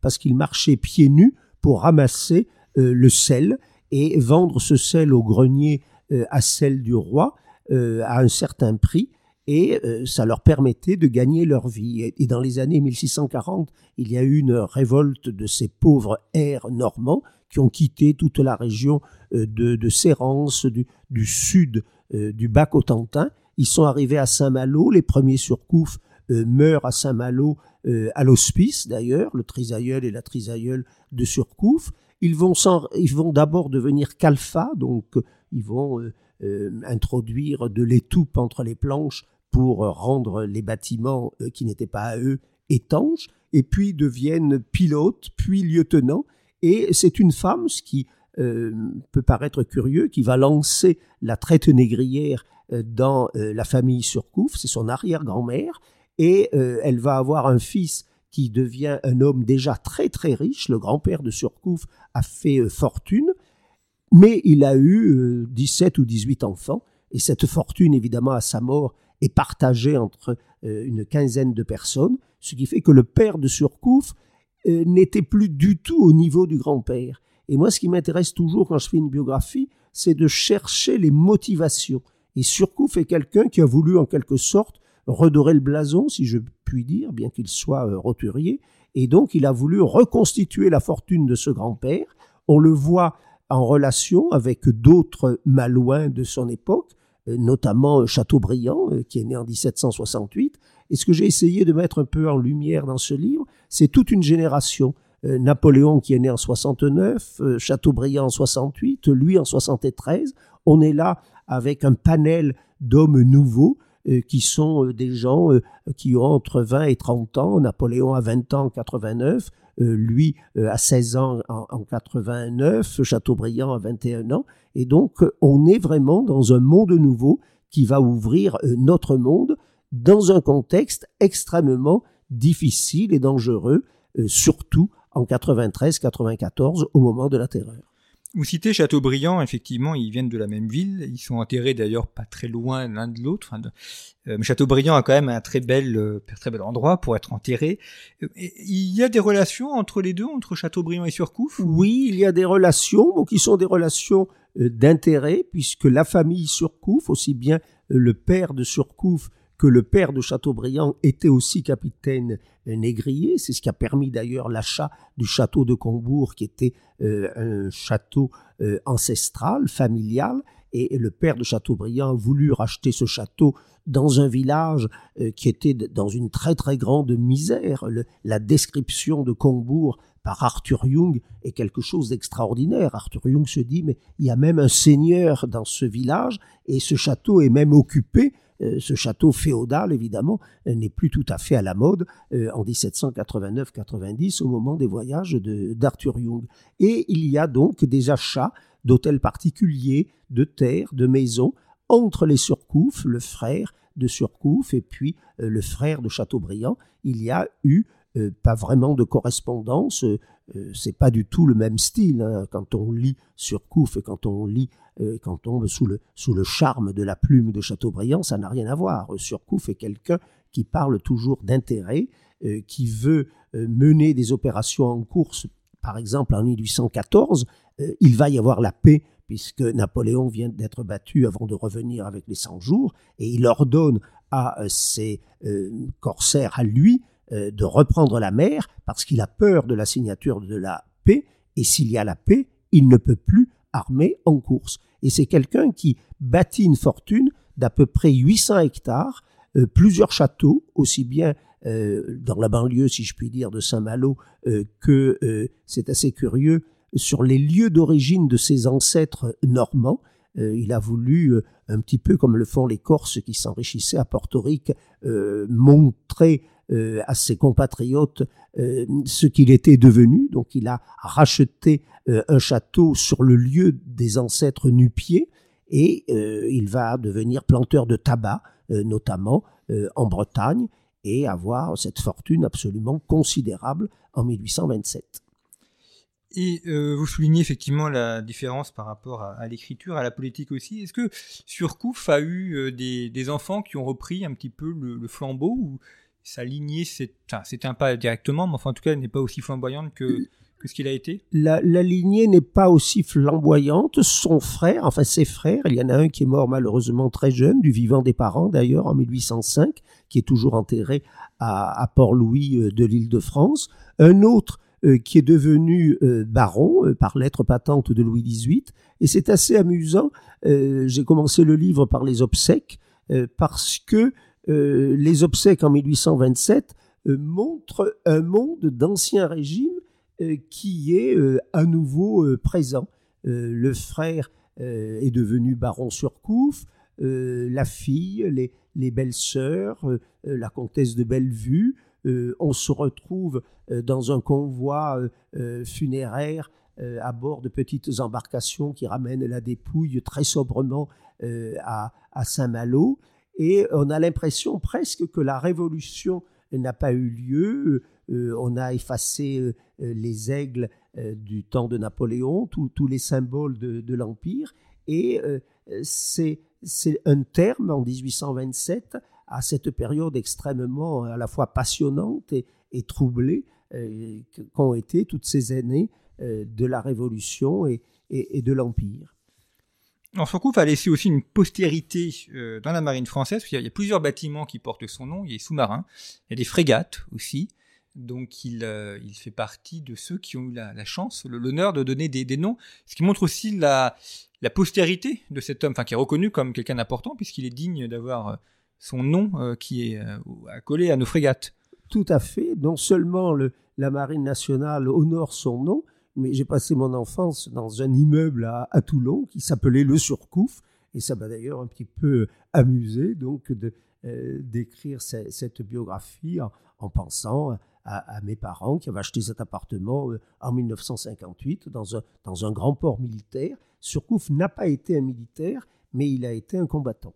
parce qu'il marchait pieds nus pour ramasser euh, le sel et vendre ce sel au grenier euh, à sel du roi euh, à un certain prix. Et euh, ça leur permettait de gagner leur vie. Et, et dans les années mille six cent quarante, il y a eu une révolte de ces pauvres hères normands qui ont quitté toute la région euh, de, de Sérence, du, du sud euh, du Bas-Cotentin. Ils sont arrivés à Saint-Malo. Les premiers surcouf euh, meurent à Saint-Malo, euh, à l'hospice d'ailleurs, le trisaïeul et la trisaïeule de Surcouf. Ils vont, ils vont d'abord devenir calfats, donc euh, ils vont euh, euh, introduire de l'étoupe entre les planches pour rendre les bâtiments euh, qui n'étaient pas à eux étanches, et puis deviennent pilotes, puis lieutenants. Et c'est une femme, ce qui euh, peut paraître curieux, qui va lancer la traite négrière euh, dans euh, la famille Surcouf, c'est son arrière-grand-mère, et euh, elle va avoir un fils qui devient un homme déjà très très riche. Le grand-père de Surcouf a fait euh, fortune, mais il a eu euh, dix-sept ou dix-huit enfants, et cette fortune, évidemment, à sa mort, est partagée entre euh, une quinzaine de personnes, ce qui fait que le père de Surcouf euh, n'était plus du tout au niveau du grand-père. Et moi, ce qui m'intéresse toujours quand je fais une biographie, c'est de chercher les motivations. Et Surcouf est quelqu'un qui a voulu, en quelque sorte, redorer le blason, si je puis dire, bien qu'il soit euh, roturier, et donc il a voulu reconstituer la fortune de ce grand-père. On le voit en relation avec d'autres Malouins de son époque, notamment Chateaubriand, qui est né en dix-sept cent soixante-huit. Et ce que j'ai essayé de mettre un peu en lumière dans ce livre, c'est toute une génération. Napoléon qui est né en soixante-neuf, Chateaubriand en soixante-huit, lui en soixante-treize. On est là avec un panel d'hommes nouveaux qui sont des gens qui ont entre vingt et trente ans. Napoléon a vingt ans en quatre-vingt-neuf, lui à seize ans en quatre-vingt-neuf, Chateaubriand à vingt et un ans. Et donc, on est vraiment dans un monde nouveau qui va ouvrir notre monde dans un contexte extrêmement difficile et dangereux, surtout en quatre-vingt-treize quatre-vingt-quatorze, au moment de la Terreur. Vous citez Chateaubriand, effectivement, ils viennent de la même ville, ils sont enterrés d'ailleurs pas très loin l'un de l'autre. Enfin, de... euh, Chateaubriand a quand même un très bel, euh, très bel endroit pour être enterré. Euh, il y a des relations entre les deux, entre Chateaubriand et Surcouf ? Oui, il y a des relations, bon, qui sont des relations euh, d'intérêt, puisque la famille Surcouf, aussi bien euh, le père de Surcouf que le père de Chateaubriand était aussi capitaine négrier. C'est ce qui a permis d'ailleurs l'achat du château de Combourg, qui était euh, un château euh, ancestral, familial. Et le père de Chateaubriand a voulu racheter ce château dans un village euh, qui était dans une très très grande misère. Le, la description de Combourg par Arthur Young est quelque chose d'extraordinaire. Arthur Young se dit, mais il y a même un seigneur dans ce village, et ce château est même occupé. Ce château féodal, évidemment, n'est plus tout à fait à la mode euh, en dix-sept cent quatre-vingt-neuf quatre-vingt-dix, au moment des voyages de, d'Arthur Young. Et il y a donc des achats d'hôtels particuliers, de terres, de maisons, entre les Surcouf, le frère de Surcouf, et puis euh, le frère de Chateaubriand. Il y a eu euh, pas vraiment de correspondance, euh, c'est pas du tout le même style, hein, quand on lit Surcouf et quand on lit Euh, quand on tombe sous le, sous le charme de la plume de Chateaubriand, ça n'a rien à voir. Surcouf est quelqu'un qui parle toujours d'intérêt, euh, qui veut euh, mener des opérations en course. Par exemple, en mille huit cent quatorze, euh, il va y avoir la paix, puisque Napoléon vient d'être battu avant de revenir avec les cent-jours, et il ordonne à euh, ses euh, corsaires, à lui, euh, de reprendre la mer, parce qu'il a peur de la signature de la paix, et s'il y a la paix, il ne peut plus armé en course. Et c'est quelqu'un qui bâtit une fortune d'à peu près huit cents hectares, euh, plusieurs châteaux, aussi bien euh, dans la banlieue, si je puis dire, de Saint-Malo, euh, que, euh, c'est assez curieux, sur les lieux d'origine de ses ancêtres normands. Euh, il a voulu, euh, un petit peu comme le font les Corses qui s'enrichissaient à Porto Rico, euh, montrer euh, à ses compatriotes euh, ce qu'il était devenu. Donc il a racheté euh, un château sur le lieu des ancêtres nu-pieds, et euh, il va devenir planteur de tabac, euh, notamment euh, en Bretagne, et avoir cette fortune absolument considérable en mille huit cent vingt-sept. Et euh, vous soulignez effectivement la différence par rapport à, à l'écriture, à la politique aussi. Est-ce que Surcouf a eu euh, des, des enfants qui ont repris un petit peu le, le flambeau, ou sa lignée s'est, enfin, s'éteint pas directement, mais enfin, en tout cas, elle n'est pas aussi flamboyante que, que ce qu'il a été. La, la lignée n'est pas aussi flamboyante. Son frère, enfin ses frères, il y en a un qui est mort malheureusement très jeune, du vivant des parents d'ailleurs, en mille huit cent cinq, qui est toujours enterré à, à Port-Louis euh, de l'Île-de-France. Un autre euh, qui est devenu euh, baron euh, par lettre patente de Louis dix-huit. Et c'est assez amusant. Euh, j'ai commencé le livre par les obsèques, euh, parce que euh, les obsèques en mille huit cent vingt-sept euh, montrent un monde d'ancien régime euh, qui est euh, à nouveau euh, présent. Euh, le frère euh, est devenu baron Surcouf, euh, la fille, les, les belles-sœurs, euh, la comtesse de Bellevue. Euh, on se retrouve euh, dans un convoi euh, euh, funéraire euh, à bord de petites embarcations qui ramènent la dépouille très sobrement euh, à, à Saint-Malo. Et on a l'impression presque que la révolution n'a pas eu lieu. Euh, on a effacé euh, les aigles euh, du temps de Napoléon, tous les symboles de, de l'Empire. Et euh, c'est, c'est un terme, en dix-huit cent vingt-sept, à cette période extrêmement à la fois passionnante et, et troublée euh, qu'ont été toutes ces années euh, de la Révolution et, et, et de l'Empire. Alors, Surcouf a laissé aussi une postérité euh, dans la marine française, parce qu'il y a, il y a plusieurs bâtiments qui portent son nom, il y a des sous-marins, il y a des frégates aussi, donc il, euh, il fait partie de ceux qui ont eu la, la chance, le, l'honneur de donner des, des noms, ce qui montre aussi la, la postérité de cet homme, enfin qui est reconnu comme quelqu'un d'important, puisqu'il est digne d'avoir son nom euh, qui est euh, accolé à nos frégates. Tout à fait, non seulement le, la marine nationale honore son nom, mais j'ai passé mon enfance dans un immeuble à, à Toulon qui s'appelait le Surcouf, et ça m'a d'ailleurs un petit peu amusé donc de, euh, d'écrire ce, cette biographie en, en pensant à, à mes parents qui avaient acheté cet appartement euh, en mille neuf cent cinquante-huit dans un, dans un grand port militaire. Surcouf n'a pas été un militaire, mais il a été un combattant.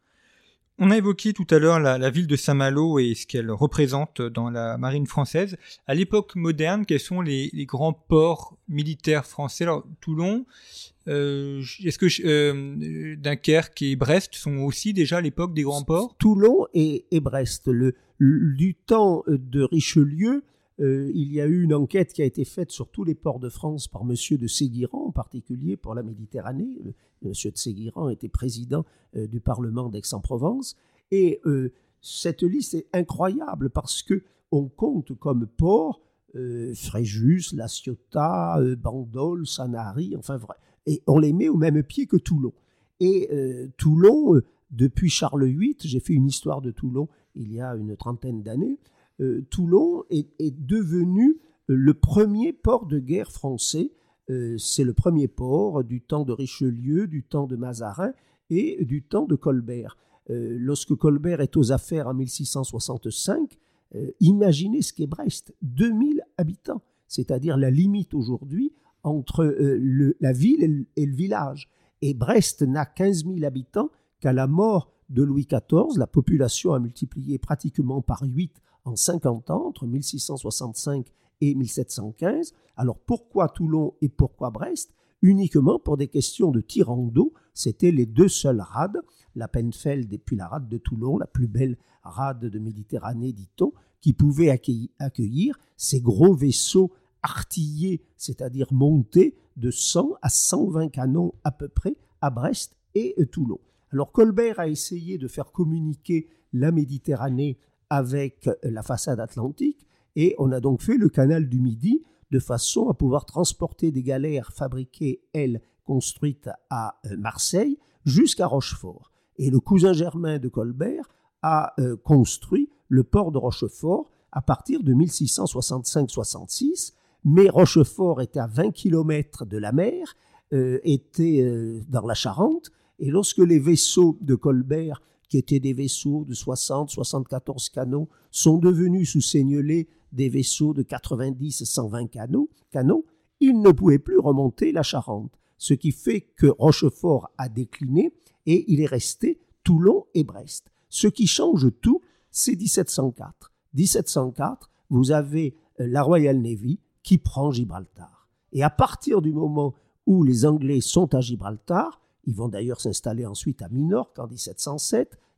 On a évoqué tout à l'heure la, la ville de Saint-Malo et ce qu'elle représente dans la marine française. À l'époque moderne, quels sont les, les grands ports militaires français ? Alors, Toulon, euh, est-ce que euh, Dunkerque et Brest sont aussi déjà à l'époque des grands ports ? Toulon et, et Brest. Le, le, du temps de Richelieu, euh, il y a eu une enquête qui a été faite sur tous les ports de France par Monsieur de Séguirand, en particulier pour la Méditerranée. Monsieur de Séguirand était président euh, du Parlement d'Aix-en-Provence. Et euh, cette liste est incroyable parce qu'on compte comme ports euh, Fréjus, La Ciotat, euh, Bandol, Sanary, enfin vrai. Et on les met au même pied que Toulon. Et euh, Toulon, euh, depuis Charles huit, j'ai fait une histoire de Toulon il y a une trentaine d'années, euh, Toulon est, est devenu le premier port de guerre français. Euh, c'est le premier port du temps de Richelieu, du temps de Mazarin et du temps de Colbert. Euh, lorsque Colbert est aux affaires en mille six cent soixante-cinq, euh, imaginez ce qu'est Brest, deux mille habitants, c'est-à-dire la limite aujourd'hui entre euh, le, la ville et le, et le village. Et Brest n'a quinze mille habitants qu'à la mort de Louis quatorze. La population a multiplié pratiquement par huit en cinquante ans, entre mille six cent soixante-cinq et mille sept cent quinze. Alors pourquoi Toulon et pourquoi Brest ? Uniquement pour des questions de tirant d'eau. C'était les deux seules rades, la Penfeld et puis la rade de Toulon, la plus belle rade de Méditerranée, dit-on, qui pouvaient accueillir, accueillir ces gros vaisseaux artillés, c'est-à-dire montés de cent à cent vingt canons à peu près à Brest et Toulon. Alors Colbert a essayé de faire communiquer la Méditerranée avec la façade atlantique et on a donc fait le canal du Midi de façon à pouvoir transporter des galères fabriquées, elles, construites à Marseille, jusqu'à Rochefort. Et le cousin germain de Colbert a euh, construit le port de Rochefort à partir de mille six cent soixante-cinq soixante-six, mais Rochefort était à vingt kilomètres de la mer, euh, était euh, dans la Charente, et lorsque les vaisseaux de Colbert, qui étaient des vaisseaux de soixante à soixante-quatorze canons, sont devenus sous Seignelay des vaisseaux de quatre-vingt-dix à cent vingt canons, canons, ils ne pouvaient plus remonter la Charente, ce qui fait que Rochefort a décliné et il est resté Toulon et Brest. Ce qui change tout, c'est dix-sept cent quatre. dix-sept cent quatre, vous avez la Royal Navy qui prend Gibraltar. Et à partir du moment où les Anglais sont à Gibraltar, ils vont d'ailleurs s'installer ensuite à Minorque en dix-sept cent sept,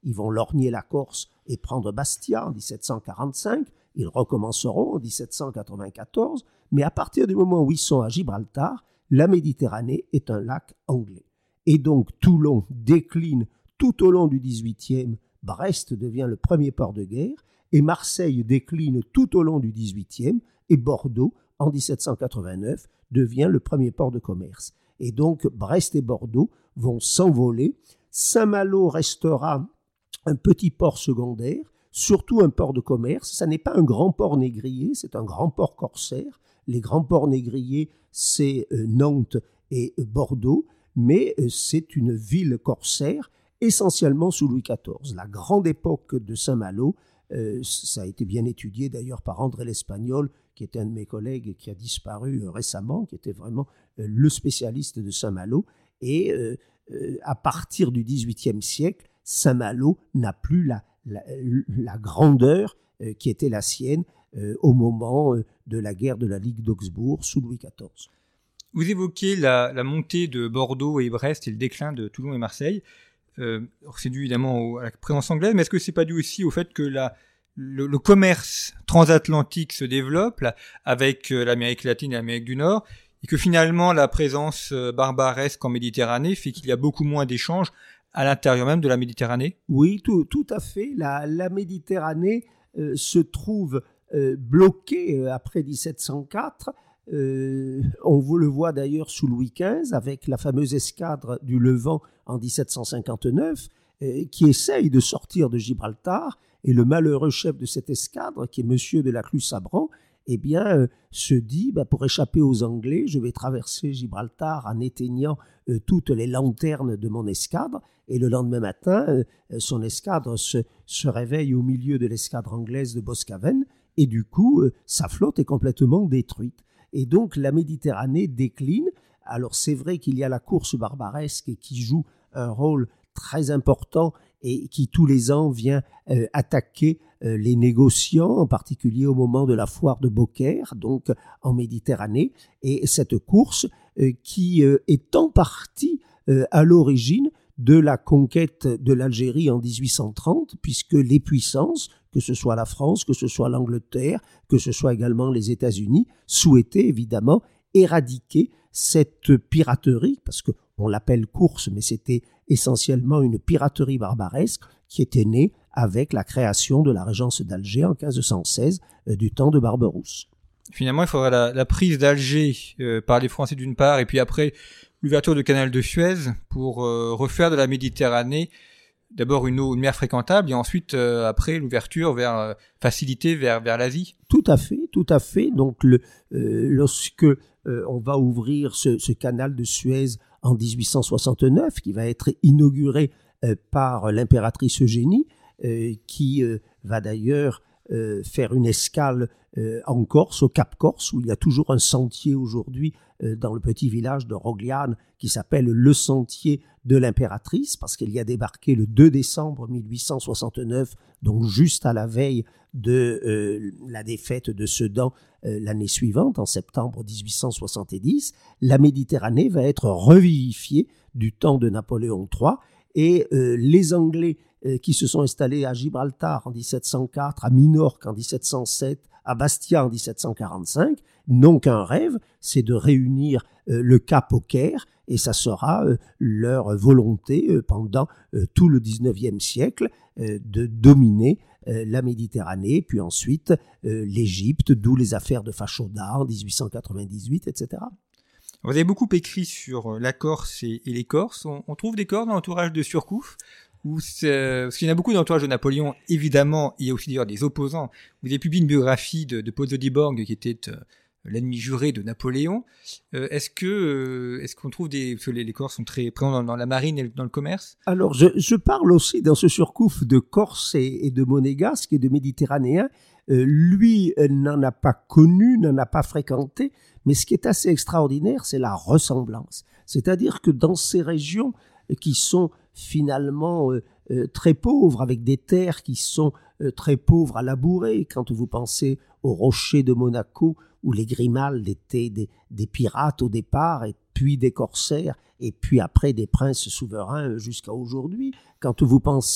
Ils vont lorgner la Corse et prendre Bastia en dix-sept cent quarante-cinq. Ils recommenceront en dix-sept cent quatre-vingt-quatorze. Mais à partir du moment où ils sont à Gibraltar, la Méditerranée est un lac anglais. Et donc Toulon décline tout au long du dix-huitième. Brest devient le premier port de guerre. Et Marseille décline tout au long du dix-huitième. Et Bordeaux, en dix-sept cent quatre-vingt-neuf, devient le premier port de commerce. Et donc Brest et Bordeaux vont s'envoler. Saint-Malo restera un petit port secondaire, surtout un port de commerce. Ça n'est pas un grand port négrier, c'est un grand port corsaire. Les grands ports négriers, c'est euh, Nantes et euh, Bordeaux, mais euh, c'est une ville corsaire, essentiellement sous Louis quatorze. La grande époque de Saint-Malo, euh, ça a été bien étudié d'ailleurs par André l'Espagnol, qui était un de mes collègues et qui a disparu euh, récemment, qui était vraiment euh, le spécialiste de Saint-Malo. Et euh, euh, à partir du dix-huitième siècle, Saint-Malo n'a plus la, la, la grandeur euh, qui était la sienne euh, au moment euh, de la guerre de la Ligue d'Augsbourg sous Louis quatorze. Vous évoquez la, la montée de Bordeaux et Brest et le déclin de Toulon et Marseille. Euh, c'est dû évidemment au, à la présence anglaise, mais est-ce que c'est pas dû aussi au fait que la, le, le commerce transatlantique se développe là, avec euh, l'Amérique latine et l'Amérique du Nord, et que finalement la présence euh, barbaresque en Méditerranée fait qu'il y a beaucoup moins d'échanges à l'intérieur même de la Méditerranée? Oui, tout, tout à fait. La, la Méditerranée euh, se trouve euh, bloquée euh, après dix-sept cent quatre. Euh, on vous le voit d'ailleurs sous Louis quinze avec la fameuse escadre du Levant en dix-sept cent cinquante-neuf euh, qui essaye de sortir de Gibraltar, et le malheureux chef de cette escadre, qui est Monsieur de Laclus-Sabran, eh bien, euh, se dit, bah, pour échapper aux Anglais, je vais traverser Gibraltar en éteignant euh, toutes les lanternes de mon escadre. Et le lendemain matin, euh, son escadre se, se réveille au milieu de l'escadre anglaise de Boscawen, et du coup, euh, sa flotte est complètement détruite. Et donc, la Méditerranée décline. Alors, c'est vrai qu'il y a la course barbaresque qui joue un rôle très important et qui, tous les ans, vient euh, attaquer euh, les négociants, en particulier au moment de la foire de Beaucaire, donc en Méditerranée. Et cette course euh, qui euh, est en partie euh, à l'origine de la conquête de l'Algérie en dix-huit cent trente, puisque les puissances, que ce soit la France, que ce soit l'Angleterre, que ce soit également les États-Unis, souhaitaient évidemment éradiquer cette piraterie, parce qu'on l'appelle course, mais c'était essentiellement une piraterie barbaresque qui était née avec la création de la régence d'Alger en quinze cent seize, euh, du temps de Barberousse. Finalement, il faudra la, la prise d'Alger euh, par les Français d'une part, et puis après l'ouverture du canal de Suez pour euh, refaire de la Méditerranée d'abord une, eau, une mer fréquentable, et ensuite, euh, après, l'ouverture vers euh, facilitée vers, vers l'Asie. Tout à fait, tout à fait. Donc, le, euh, lorsque euh, on va ouvrir ce, ce canal de Suez en dix-huit cent soixante-neuf, qui va être inauguré euh, par l'impératrice Eugénie, euh, qui euh, va d'ailleurs euh, faire une escale euh, en Corse, au Cap Corse, où il y a toujours un sentier aujourd'hui euh, dans le petit village de Rogliane qui s'appelle le sentier de l'impératrice, parce qu'elle y a débarqué le deux décembre mille huit cent soixante-neuf, donc juste à la veille de euh, la défaite de Sedan euh, l'année suivante, en septembre dix-huit cent soixante-dix. La Méditerranée va être revivifiée du temps de Napoléon trois, et euh, les Anglais euh, qui se sont installés à Gibraltar en dix-sept cent quatre, à Minorque en dix-sept cent sept, à Bastia en dix-sept cent quarante-cinq, n'ont qu'un rêve, c'est de réunir euh, le Cap au Caire, et ça sera euh, leur volonté euh, pendant euh, tout le dix-neuvième siècle euh, de dominer euh, la Méditerranée, puis ensuite euh, l'Égypte, d'où les affaires de Fachoda en dix-huit cent quatre-vingt-dix-huit, et cetera. Vous avez beaucoup écrit sur la Corse et, et les Corses. On, on trouve des Corses dans l'entourage de Surcouf, où c'est, parce qu'il y en a beaucoup dans l'entourage de Napoléon, évidemment. Il y a aussi d'ailleurs des opposants. Vous avez publié une biographie de, de Pozzo di Borg, qui était euh, l'ennemi juré de Napoléon. Euh, est-ce que, euh, est-ce qu'on trouve des, parce que les, les Corses sont très présents dans, dans la marine et dans le commerce? Alors, je, je parle aussi dans ce Surcouf de Corse et, et de Monégasque et de Méditerranéens. Euh, lui euh, n'en a pas connu, n'en a pas fréquenté, mais ce qui est assez extraordinaire, c'est la ressemblance. C'est-à-dire que dans ces régions euh, qui sont finalement euh, euh, très pauvres, avec des terres qui sont euh, très pauvres à labourer, quand vous pensez aux rochers de Monaco, où les Grimaldes étaient des, des pirates au départ, et puis des corsaires, et puis après des princes souverains jusqu'à aujourd'hui. Quand vous pensez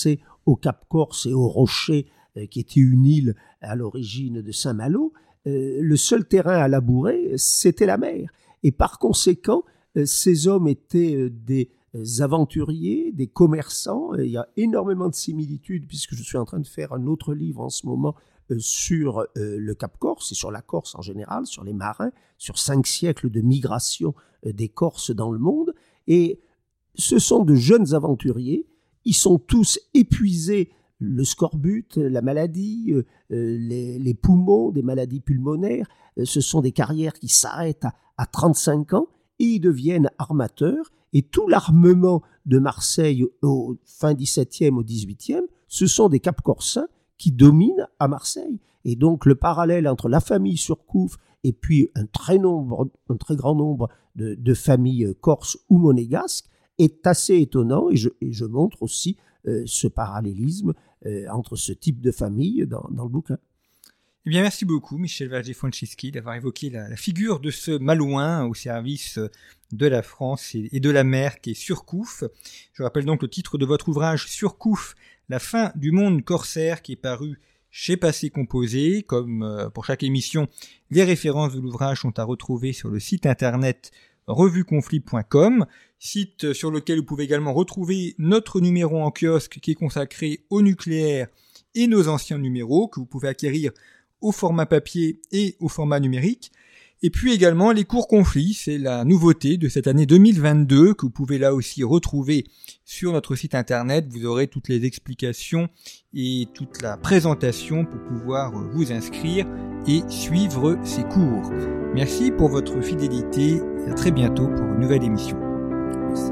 au Cap Corse et au Rocher, euh, qui était une île à l'origine de Saint-Malo, euh, le seul terrain à labourer, c'était la mer. Et par conséquent, euh, ces hommes étaient euh, des aventuriers, des commerçants. Et il y a énormément de similitudes, puisque je suis en train de faire un autre livre en ce moment euh, sur euh, le Cap Corse et sur la Corse en général, sur les marins, sur cinq siècles de migration euh, des Corses dans le monde. Et ce sont de jeunes aventuriers. Ils sont tous épuisés, le scorbut, la maladie, euh, les, les poumons, des maladies pulmonaires. Euh, ce sont des carrières qui s'arrêtent à, à trente-cinq ans et ils deviennent armateurs. Et tout l'armement de Marseille au fin dix-septième, au dix-huitième, ce sont des Cap-Corsins qui dominent à Marseille. Et donc le parallèle entre la famille Surcouf et puis un très, nombre, un très grand nombre de, de familles corses ou monégasques est assez étonnant. Et je, et je montre aussi euh, ce parallélisme euh, entre ce type de famille dans, dans le bouquin. Eh bien, merci beaucoup, Michel Verger-Franceschi, d'avoir évoqué la, la figure de ce Malouin au service de la France et, et de la mer qui est Surcouf. Je rappelle donc le titre de votre ouvrage Surcouf, la fin du monde corsaire, qui est paru chez Passé Composé. Comme euh, pour chaque émission, les références de l'ouvrage sont à retrouver sur le site internet revue conflit point com, site sur lequel vous pouvez également retrouver notre numéro en kiosque qui est consacré au nucléaire et nos anciens numéros que vous pouvez acquérir au format papier et au format numérique. Et puis également les cours conflits, c'est la nouveauté de cette année deux mille vingt-deux que vous pouvez là aussi retrouver sur notre site internet. Vous aurez toutes les explications et toute la présentation pour pouvoir vous inscrire et suivre ces cours. Merci pour votre fidélité et à très bientôt pour une nouvelle émission. Merci.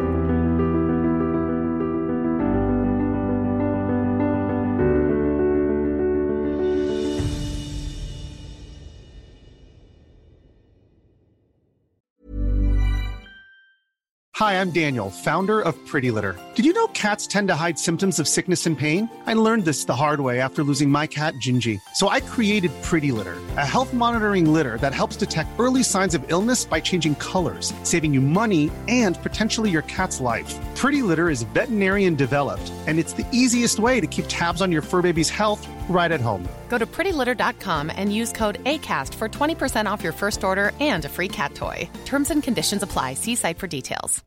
Hi, I'm Daniel, founder of Pretty Litter. Did you know cats tend to hide symptoms of sickness and pain? I learned this the hard way after losing my cat, Gingy. So I created Pretty Litter, a health monitoring litter that helps detect early signs of illness by changing colors, saving you money and potentially your cat's life. Pretty Litter is veterinarian developed, and it's the easiest way to keep tabs on your fur baby's health right at home. Go to pretty litter dot com and use code ACAST for twenty percent off your first order and a free cat toy. Terms and conditions apply. See site for details.